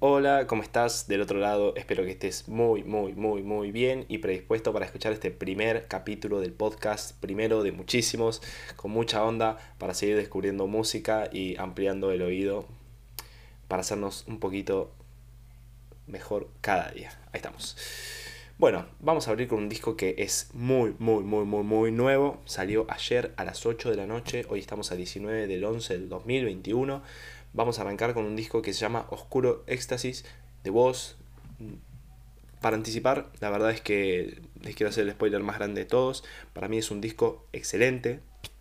Hola, ¿cómo estás del otro lado? Espero que estés muy bien y predispuesto para escuchar este primer capítulo del podcast, primero de muchísimos, con mucha onda para seguir descubriendo música y ampliando el oído para hacernos un poquito mejor cada día. Ahí estamos. Bueno, vamos a abrir con un disco que es muy nuevo. Salió ayer a las 8 de la noche. Hoy estamos a 19 del 11 del 2021. Vamos a arrancar con un disco que se llama Oscuro Éxtasis de Woz. Para anticipar, la verdad es que les quiero hacer el spoiler más grande de todos. Para mí es un disco excelente.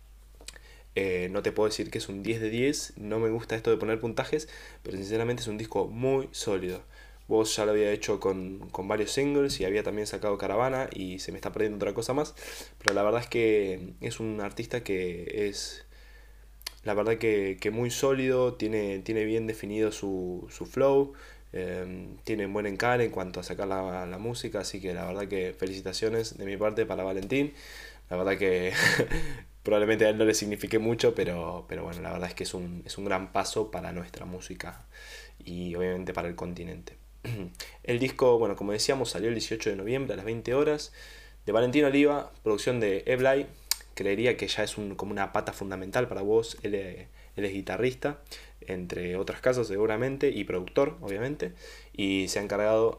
No te puedo decir que es un 10 de 10. No me gusta esto de poner puntajes, pero sinceramente es un disco muy sólido. Vos ya lo había hecho con varios singles y había también sacado Caravana y se me está perdiendo otra cosa más. Pero la verdad es que es un artista que es, la verdad que muy sólido, tiene bien definido su flow, tiene buen encare en cuanto a sacar la música, así que la verdad que felicitaciones de mi parte para Valentín. La verdad que probablemente a él no le signifique mucho, pero bueno, la verdad es que es un gran paso para nuestra música y obviamente para el continente. El disco, bueno, como decíamos, salió el 18 de noviembre a las 20 horas, de Valentín Oliva, producción de Eblay. Creería que ya es como una pata fundamental para vos. Él es guitarrista, entre otras cosas seguramente, y productor, obviamente, y se ha encargado,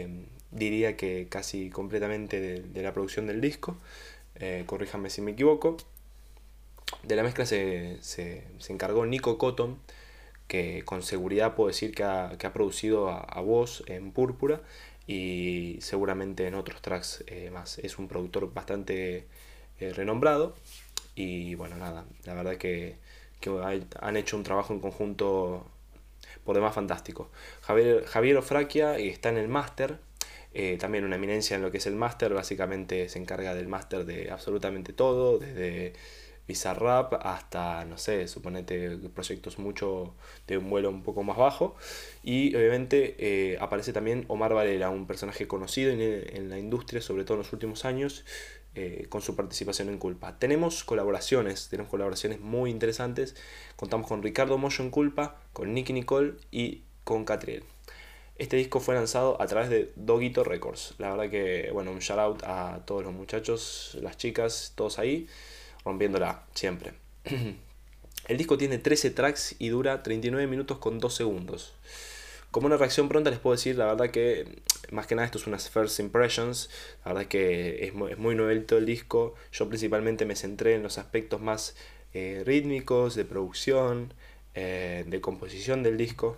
diría que casi completamente de la producción del disco. Corríjanme si me equivoco. De la mezcla se encargó Nico Cotton, que con seguridad puedo decir que ha producido a Woz en Púrpura y seguramente en otros tracks más. Es un productor bastante renombrado y bueno, nada, la verdad que han hecho un trabajo en conjunto por demás fantástico. Javier Ofraquia está en el máster, también una eminencia en lo que es el máster, básicamente se encarga del máster de absolutamente todo, desde Bizarrap hasta, no sé, suponete proyectos mucho de un vuelo un poco más bajo. Y obviamente aparece también Omar Varela, un personaje conocido en la industria, sobre todo en los últimos años, con su participación en Culpa. Tenemos colaboraciones muy interesantes. Contamos con Ricardo Mollo en Culpa, con Nicky Nicole y con Catriel. Este disco fue lanzado a través de Doguito Records. La verdad que, bueno, un shout out a todos los muchachos, las chicas, todos ahí, rompiéndola siempre. El disco tiene 13 tracks y dura 39 minutos con 2 segundos. Como una reacción pronta les puedo decir, la verdad que más que nada esto es unas first impressions, la verdad que es muy novelito el disco. Yo principalmente me centré en los aspectos más rítmicos, de producción, de composición del disco.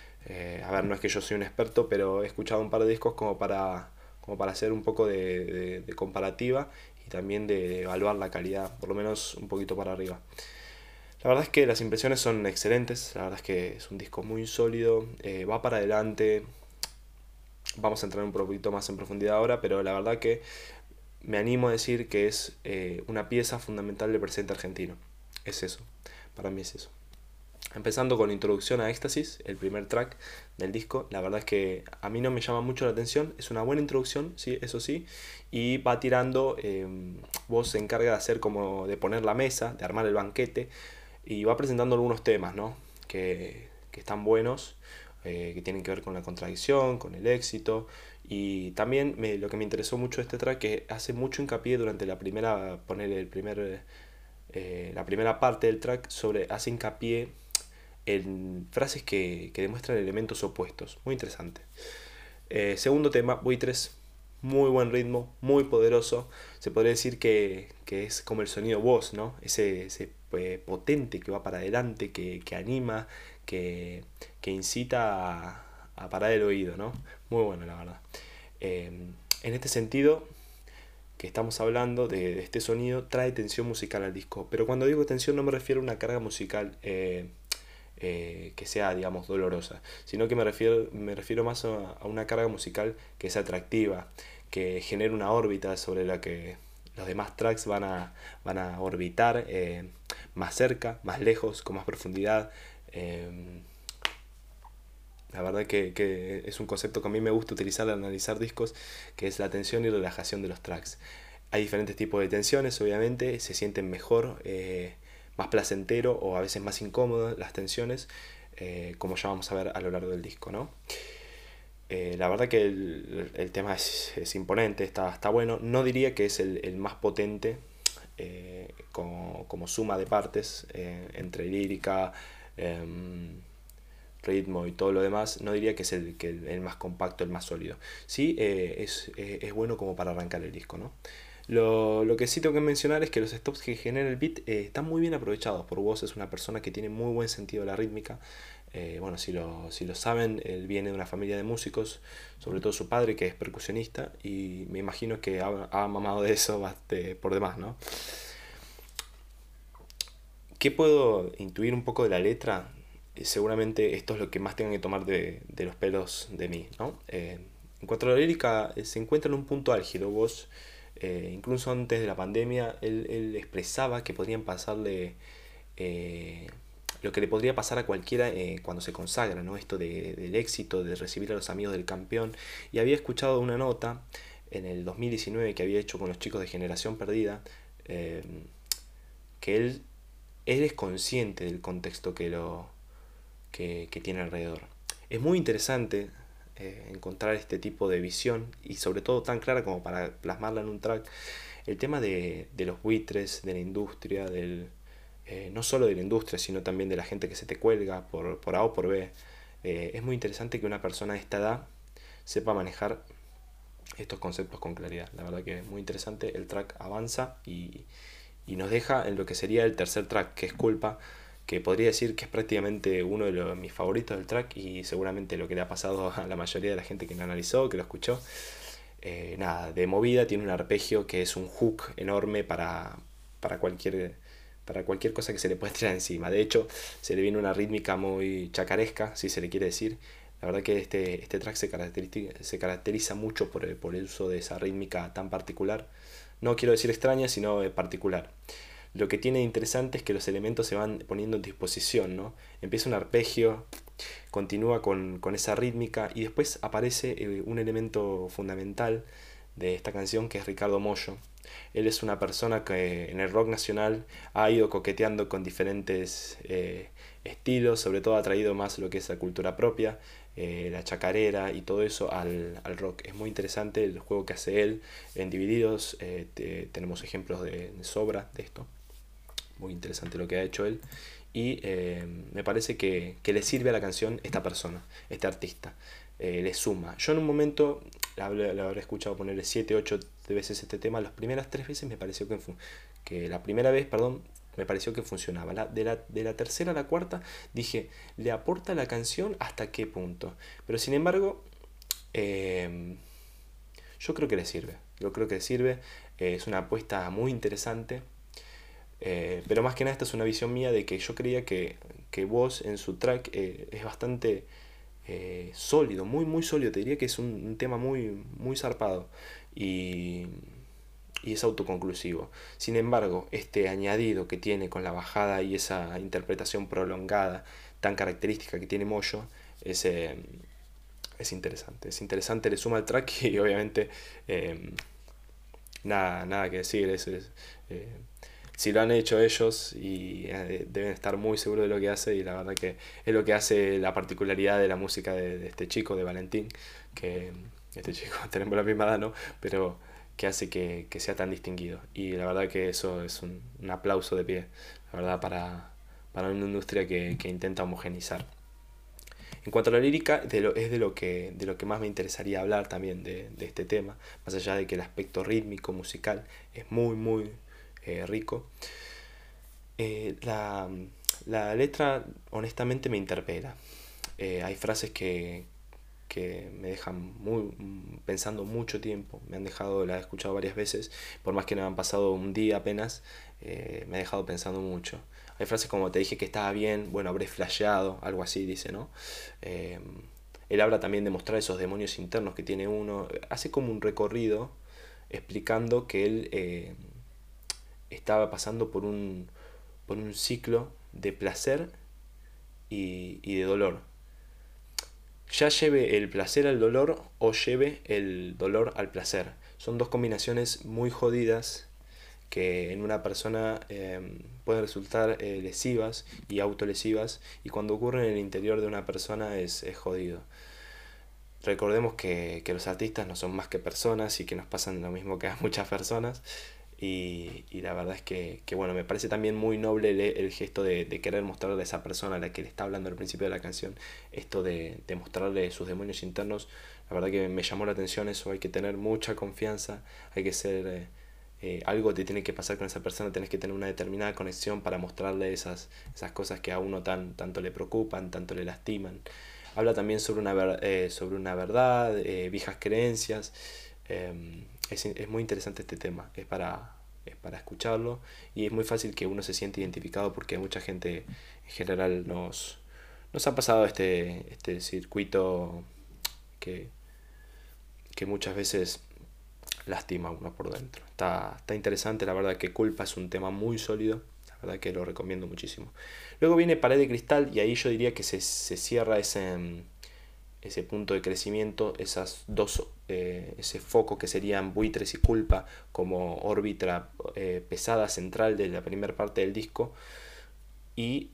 A ver, no es que yo soy un experto, pero he escuchado un par de discos como para hacer un poco de comparativa y también de evaluar la calidad, por lo menos un poquito para arriba. La verdad es que las impresiones son excelentes, la verdad es que es un disco muy sólido, va para adelante, vamos a entrar un poquito más en profundidad ahora, pero la verdad que me animo a decir que es una pieza fundamental del presente argentino. Es eso, para mí es eso. Empezando con Introducción a Éxtasis, el primer track del disco, la verdad es que a mí no me llama mucho la atención, es una buena introducción, sí, eso sí, y va tirando, vos se encarga de hacer como de poner la mesa, de armar el banquete, y va presentando algunos temas, ¿no? Que están buenos, que tienen que ver con la contradicción, con el éxito, y también lo que me interesó mucho de este track, que hace mucho hincapié durante la primera, poner la primera parte del track, hace hincapié en frases que demuestran elementos opuestos. Muy interesante. Segundo tema, Buitres. Muy buen ritmo, muy poderoso. Se podría decir que es como el sonido voz, ¿no? Ese potente que va para adelante, que anima, que incita a parar el oído, ¿no? Muy bueno, la verdad. En este sentido, que estamos hablando de este sonido, trae tensión musical al disco. Pero cuando digo tensión no me refiero a una carga musical que sea, digamos, dolorosa, sino que me refiero más a una carga musical que sea atractiva, que genere una órbita sobre la que los demás tracks van a orbitar más cerca, más lejos, con más profundidad. La verdad que es un concepto que a mí me gusta utilizar al analizar discos, que es la tensión y relajación de los tracks. Hay diferentes tipos de tensiones, obviamente, se sienten mejor, más placentero o a veces más incómodas las tensiones, como ya vamos a ver a lo largo del disco, ¿no? La verdad que el tema es imponente, está bueno. No diría que es el más potente como suma de partes entre lírica, em, ritmo y todo lo demás. No diría que es el más compacto, el más sólido. Sí, es bueno como para arrancar el disco, ¿no? Lo que sí tengo que mencionar es que los stops que genera el beat están muy bien aprovechados por Woz. Es una persona que tiene muy buen sentido de la rítmica. Bueno, si lo saben, él viene de una familia de músicos, sobre todo su padre que es percusionista, y me imagino que ha mamado de eso por demás, ¿no? ¿Qué puedo intuir un poco de la letra? Seguramente esto es lo que más tengan que tomar de los pelos de mí, ¿no? En cuanto a la lírica, se encuentra en un punto álgido. Vos, incluso antes de la pandemia, él expresaba que podrían pasarle eh, lo que le podría pasar a cualquiera cuando se consagra, ¿no? Esto del éxito, de recibir a los amigos del campeón. Y había escuchado una nota en el 2019 que había hecho con los chicos de Generación Perdida, eh, que él es consciente del contexto que tiene alrededor. Es muy interesante encontrar este tipo de visión y sobre todo tan clara como para plasmarla en un track. El tema de los buitres, de la industria, no solo de la industria, sino también de la gente que se te cuelga por A o por B. Es muy interesante que una persona de esta edad sepa manejar estos conceptos con claridad. La verdad que es muy interesante. El track avanza y nos deja en lo que sería el tercer track, que es Culpa, que podría decir que es prácticamente uno de mis favoritos del track y seguramente lo que le ha pasado a la mayoría de la gente que lo analizó, que lo escuchó. Nada, de movida, tiene un arpegio que es un hook enorme para cualquier, para cualquier cosa que se le pueda tirar encima. De hecho, se le viene una rítmica muy chacaresca, si se le quiere decir. La verdad que este track se caracteriza mucho por el uso de esa rítmica tan particular. No quiero decir extraña, sino particular. Lo que tiene de interesante es que los elementos se van poniendo en disposición, ¿no? Empieza un arpegio, continúa con esa rítmica y después aparece un elemento fundamental de esta canción que es Ricardo Mollo. Él es una persona que en el rock nacional ha ido coqueteando con diferentes estilos, sobre todo ha traído más lo que es la cultura propia, la chacarera y todo eso al rock. Es muy interesante el juego que hace él en Divididos, tenemos ejemplos de sobra de esto. Muy interesante lo que ha hecho él. Y me parece que le sirve a la canción esta persona, este artista. Le suma. Yo en un momento le habré escuchado ponerle 7 8 veces este tema. Las primeras 3 veces me pareció que la primera vez, perdón, me pareció que funcionaba. De la tercera a la cuarta dije, ¿le aporta la canción hasta qué punto? Pero sin embargo, yo creo que le sirve. Yo creo que le sirve. Es una apuesta muy interesante. Pero más que nada esta es una visión mía de que yo creía que Woz en su track es bastante sólido, muy muy sólido, te diría que es un tema muy, muy zarpado y, y es autoconclusivo. Sin embargo, este añadido que tiene con la bajada y esa interpretación prolongada tan característica que tiene Moyo es interesante. Es interesante, le suma al track y obviamente nada que decir. Eh, si lo han hecho ellos y deben estar muy seguros de lo que hace y la verdad que es lo que hace la particularidad de la música de este chico, de Valentín, que este chico tenemos la misma edad, ¿no? Pero que hace que sea tan distinguido y la verdad que eso es un aplauso de pie, la verdad, para una industria que intenta homogenizar. En cuanto a la lírica, es de lo que más me interesaría hablar también de este tema, más allá de que el aspecto rítmico, musical, es muy, muy rico. La letra honestamente me interpela. Hay frases que me dejan pensando mucho tiempo, me han dejado, la he escuchado varias veces, por más que no han pasado un día apenas, me ha dejado pensando mucho. Hay frases como te dije que estaba bien, bueno, habré flasheado, algo así dice, ¿no? Eh, Él habla también de mostrar esos demonios internos que tiene uno, hace como un recorrido explicando que él estaba pasando por un ciclo de placer y de dolor. Ya lleve el placer al dolor o lleve el dolor al placer. Son dos combinaciones muy jodidas que en una persona pueden resultar lesivas y autolesivas y cuando ocurren en el interior de una persona es jodido. recordemos que los artistas no son más que personas y que nos pasan lo mismo que a muchas personas. Y la verdad es que, bueno, me parece también muy noble el gesto de querer mostrarle a esa persona a la que le está hablando al principio de la canción, esto de mostrarle sus demonios internos. La verdad que me llamó la atención eso, hay que tener mucha confianza, hay que ser... algo te tiene que pasar con esa persona, tenés que tener una determinada conexión para mostrarle esas cosas que a uno tanto le preocupan, tanto le lastiman. Habla también sobre sobre una verdad, viejas creencias. Es muy interesante este tema, es para escucharlo y es muy fácil que uno se siente identificado porque mucha gente en general nos ha pasado este circuito que, que muchas veces lastima a uno por dentro. Está interesante, la verdad que Culpa es un tema muy sólido, la verdad que lo recomiendo muchísimo. Luego viene Pared de Cristal y ahí yo diría que se cierra ese punto de crecimiento, ese foco que serían Buitres y Culpa como órbita pesada central de la primera parte del disco y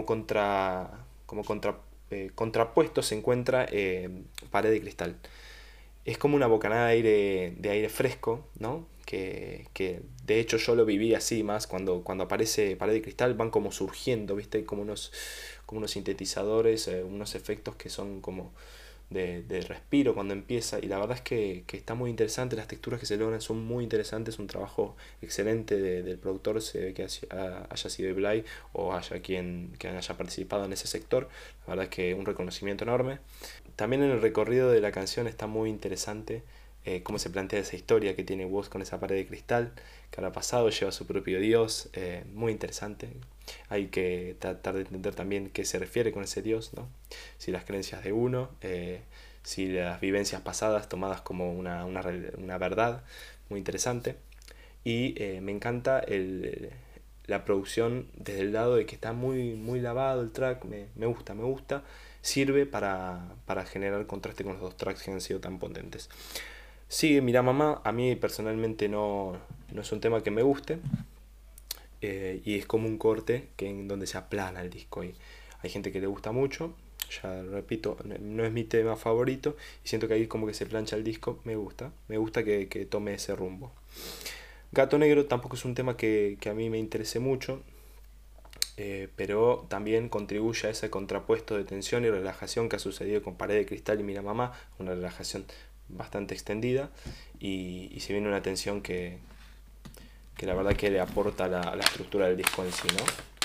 contrapuesto se encuentra Pared de Cristal. Es como una bocanada de aire fresco, ¿no? Que de hecho yo lo viví así más cuando aparece Pared de Cristal, van como surgiendo, ¿viste? Como unos sintetizadores, unos efectos que son como de respiro cuando empieza, y la verdad es que está muy interesante, las texturas que se logran son muy interesantes, un trabajo excelente del productor, se ve que haya sido Blay o haya quien haya participado en ese sector, la verdad es que un reconocimiento enorme. También en el recorrido de la canción está muy interesante cómo se plantea esa historia que tiene Woz con esa pared de cristal, que ahora pasado lleva a su propio Dios, muy interesante. Hay que tratar de entender también qué se refiere con ese Dios, ¿no? Si las creencias de uno, si las vivencias pasadas tomadas como una verdad, muy interesante. Y me encanta la producción desde el lado de que está muy lavado el track, me gusta, sirve para generar contraste con los dos tracks que han sido tan potentes. Sigue Mira Mamá, a mí personalmente no es un tema que me guste, y es como un corte en donde se aplana el disco. Y hay gente que le gusta mucho, ya repito, no es mi tema favorito y siento que ahí como que se plancha el disco, me gusta que tome ese rumbo. Gato Negro tampoco es un tema que a mí me interese mucho, pero también contribuye a ese contrapuesto de tensión y relajación que ha sucedido con Pared de Cristal y Mira Mamá, una relajación bastante extendida, y se viene una tensión que la verdad que le aporta la estructura del disco en sí, ¿no?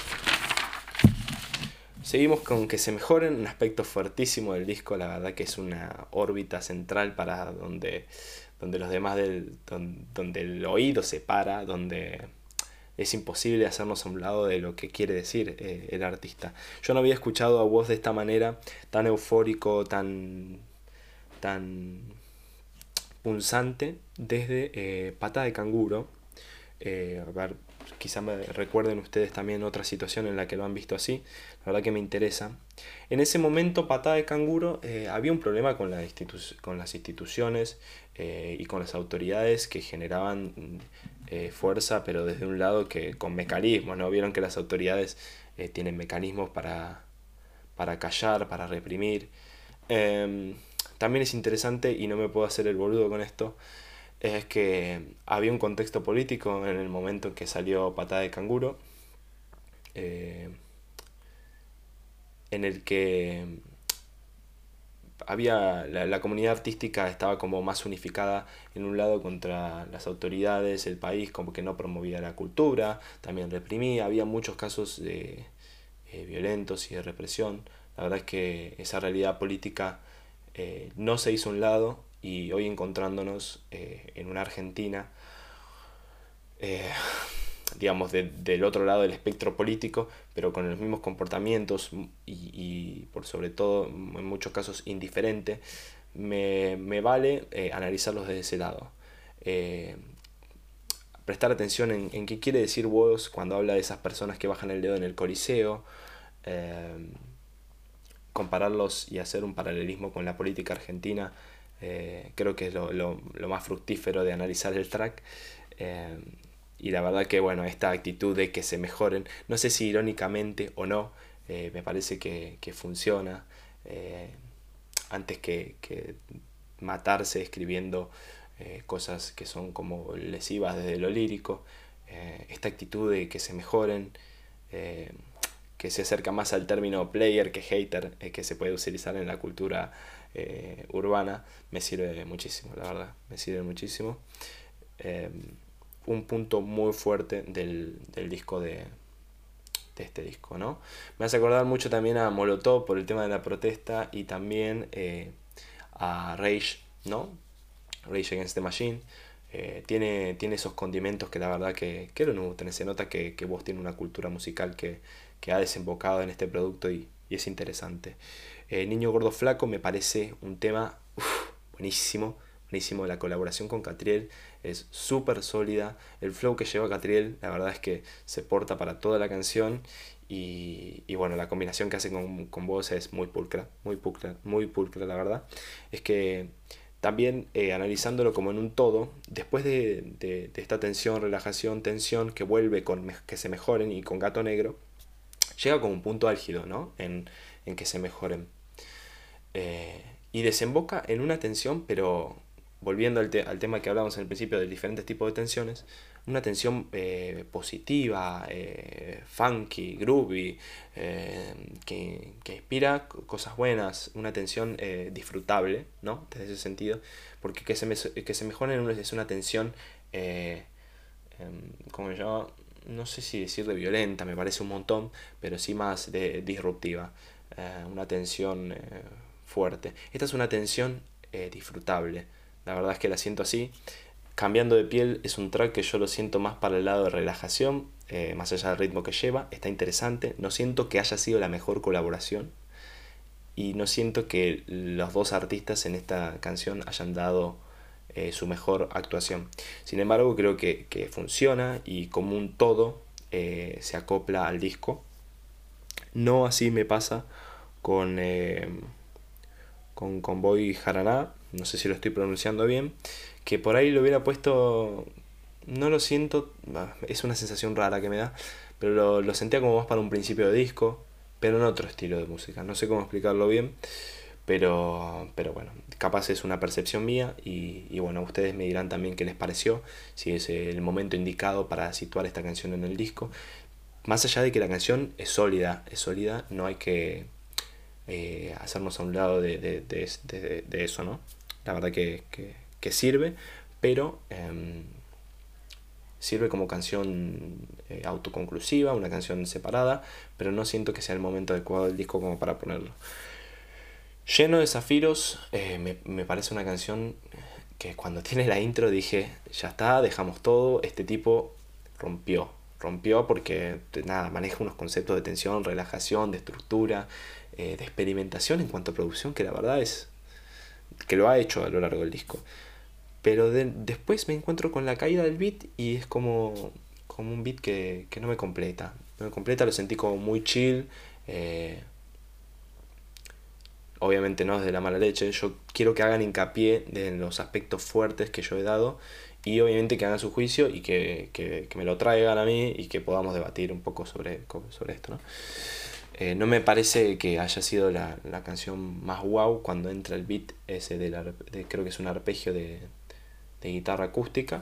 Seguimos con Que se mejoren, un aspecto fuertísimo del disco, la verdad que es una órbita central para donde los demás donde el oído se para, donde es imposible hacernos a un lado de lo que quiere decir el artista. Yo no había escuchado a Woz de esta manera, tan eufórico, tan punzante, desde Pata de Canguro. A ver, quizá me recuerden ustedes también otra situación en la que lo han visto así, la verdad que me interesa. En ese momento, Patada de Canguro, había un problema con con las instituciones y con las autoridades que generaban fuerza, pero desde un lado que con mecanismos, ¿no? Vieron que las autoridades tienen mecanismos para callar, para reprimir. También es interesante, y no me puedo hacer el boludo con esto, es que había un contexto político en el momento en que salió Patada de Canguro, en el que había la comunidad artística estaba como más unificada en un lado contra las autoridades, el país como que no promovía la cultura, también reprimía, había muchos casos violentos y de represión. La verdad es que esa realidad política no se hizo a un lado, y hoy encontrándonos en una Argentina, digamos, del otro lado del espectro político, pero con los mismos comportamientos y por sobre todo, en muchos casos, indiferente, me vale analizarlos desde ese lado. Prestar atención en qué quiere decir Woz cuando habla de esas personas que bajan el dedo en el Coliseo, compararlos y hacer un paralelismo con la política argentina. Creo que es lo más fructífero de analizar el track. Y la verdad que bueno, esta actitud de que se mejoren, no sé si irónicamente o no, me parece que funciona. antes que matarse escribiendo cosas que son como lesivas desde lo lírico. Esta actitud de que se mejoren, eh, que se acerca más al término player que hater, que se puede utilizar en la cultura urbana, me sirve muchísimo, la verdad, me sirve muchísimo. Eh, un punto muy fuerte del disco de este disco, ¿no? Me hace acordar mucho también a Molotov por el tema de la protesta y también a Rage, ¿no? Rage Against the Machine. Tiene esos condimentos que la verdad que lo nutren. Se nota que vos tiene una cultura musical que ha desembocado en este producto y es interesante. Niño Gordo Flaco me parece un tema buenísimo. Buenísimo, la colaboración con Catriel es súper sólida. El flow que lleva Catriel, la verdad es que se porta para toda la canción. Y bueno, la combinación que hace con voz es muy pulcra, muy pulcra, la verdad. Es que también analizándolo como en un todo, después de esta tensión, relajación, tensión, que vuelve con que se mejoren y con Gato Negro, llega como un punto álgido, ¿no? En que se mejoren. Y desemboca en una tensión, pero volviendo al tema que hablábamos en el principio de diferentes tipos de tensiones, una tensión positiva, funky, groovy, que inspira cosas buenas, una tensión disfrutable, ¿no? Desde ese sentido, porque que se mejoren es una tensión, ¿cómo se llama? No sé si decir de violenta, me parece un montón, pero sí más de disruptiva, una tensión fuerte. Esta es una tensión disfrutable, la verdad es que la siento así. Cambiando de piel es un track que yo lo siento más para el lado de relajación, más allá del ritmo que lleva, está interesante, no siento que haya sido la mejor colaboración y no siento que los dos artistas en esta canción hayan dado su mejor actuación. Sin embargo, creo que funciona y como un todo se acopla al disco. No así me pasa con Convoy Jaraná, no sé si lo estoy pronunciando bien, que por ahí lo hubiera puesto, no lo siento, es una sensación rara que me da, pero lo sentía como más para un principio de disco, pero en otro estilo de música, no sé cómo explicarlo bien, pero bueno, capaz es una percepción mía y bueno, ustedes me dirán también qué les pareció, si es el momento indicado para situar esta canción en el disco. Más allá de que la canción es sólida, no hay que hacernos a un lado de eso, ¿no? La verdad que sirve, pero sirve como canción autoconclusiva, una canción separada, pero no siento que sea el momento adecuado del disco como para ponerlo. Lleno de Zafiros, me parece una canción que cuando tiene la intro dije, ya está, dejamos todo, este tipo rompió porque nada, maneja unos conceptos de tensión, relajación, de estructura, de experimentación en cuanto a producción, que la verdad es que lo ha hecho a lo largo del disco. Pero después me encuentro con la caída del beat y es como un beat que no me completa. No me completa, lo sentí como muy chill. Obviamente no es de la mala leche. Yo quiero que hagan hincapié en los aspectos fuertes que yo he dado y obviamente que hagan su juicio y que me lo traigan a mí y que podamos debatir un poco sobre esto, ¿no? No me parece que haya sido la canción más wow cuando entra el beat ese creo que es un arpegio de guitarra acústica.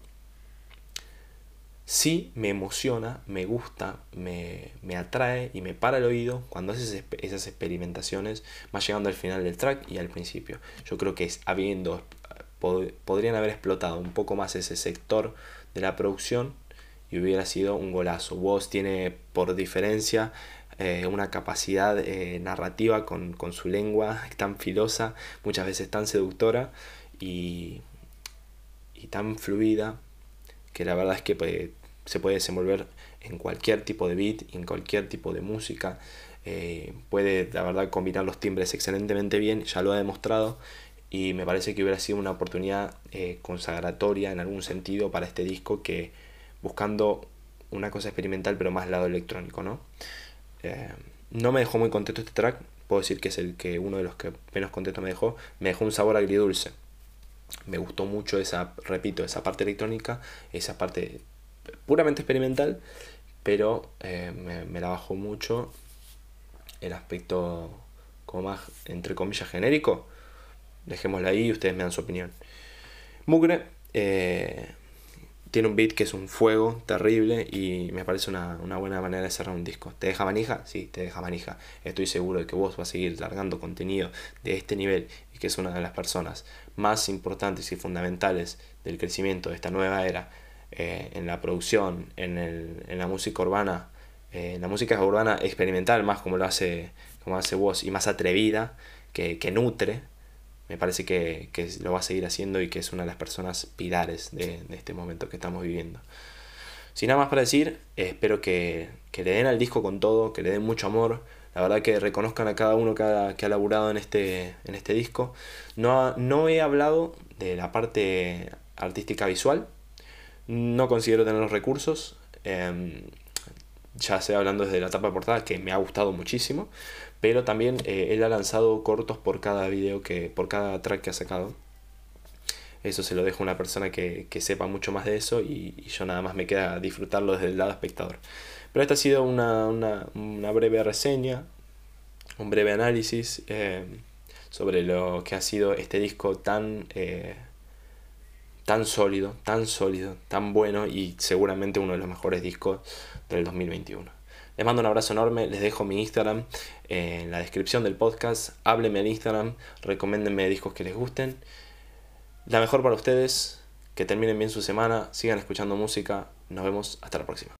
Sí me emociona, me gusta, me atrae y me para el oído cuando haces esas experimentaciones, más llegando al final del track y al principio. Yo creo que podrían haber explotado un poco más ese sector de la producción y hubiera sido un golazo. Woz tiene por diferencia una capacidad narrativa con su lengua tan filosa, muchas veces tan seductora y tan fluida, que la verdad es que se puede desenvolver en cualquier tipo de beat y en cualquier tipo de música. Puede, la verdad, combinar los timbres excelentemente bien, ya lo ha demostrado, y me parece que hubiera sido una oportunidad consagratoria en algún sentido para este disco, que buscando una cosa experimental pero más lado electrónico, ¿no? No me dejó muy contento este track, puedo decir que es uno de los que menos contento me dejó un sabor agridulce. Me gustó mucho esa parte electrónica, esa parte puramente experimental, pero me la bajó mucho el aspecto como más, entre comillas, genérico, dejémoslo ahí y ustedes me dan su opinión. Mugre tiene un beat que es un fuego terrible y me parece una buena manera de cerrar un disco. ¿Te deja manija? Sí, te deja manija. Estoy seguro de que vos vas a seguir largando contenido de este nivel y que es una de las personas más importantes y fundamentales del crecimiento de esta nueva era en la producción, en la música urbana, en la música urbana experimental, más como hace vos, y más atrevida, que nutre. Me parece que lo va a seguir haciendo y que es una de las personas pilares de este momento que estamos viviendo. Sin nada más para decir, espero que le den al disco con todo, que le den mucho amor. La verdad que reconozcan a cada uno que ha laburado en este disco. No he hablado de la parte artística visual. No considero tener los recursos. Ya sea hablando desde la tapa de portada, que me ha gustado muchísimo. Pero también él ha lanzado cortos por cada video, por cada track que ha sacado. Eso se lo dejo a una persona que sepa mucho más de eso y yo nada más me queda disfrutarlo desde el lado espectador. Pero esta ha sido una breve reseña, un breve análisis sobre lo que ha sido este disco tan sólido, tan bueno y seguramente uno de los mejores discos del 2021. Les mando un abrazo enorme, les dejo mi Instagram en la descripción del podcast. Háblenme al Instagram, recomiéndenme discos que les gusten. La mejor para ustedes, que terminen bien su semana, sigan escuchando música. Nos vemos hasta la próxima.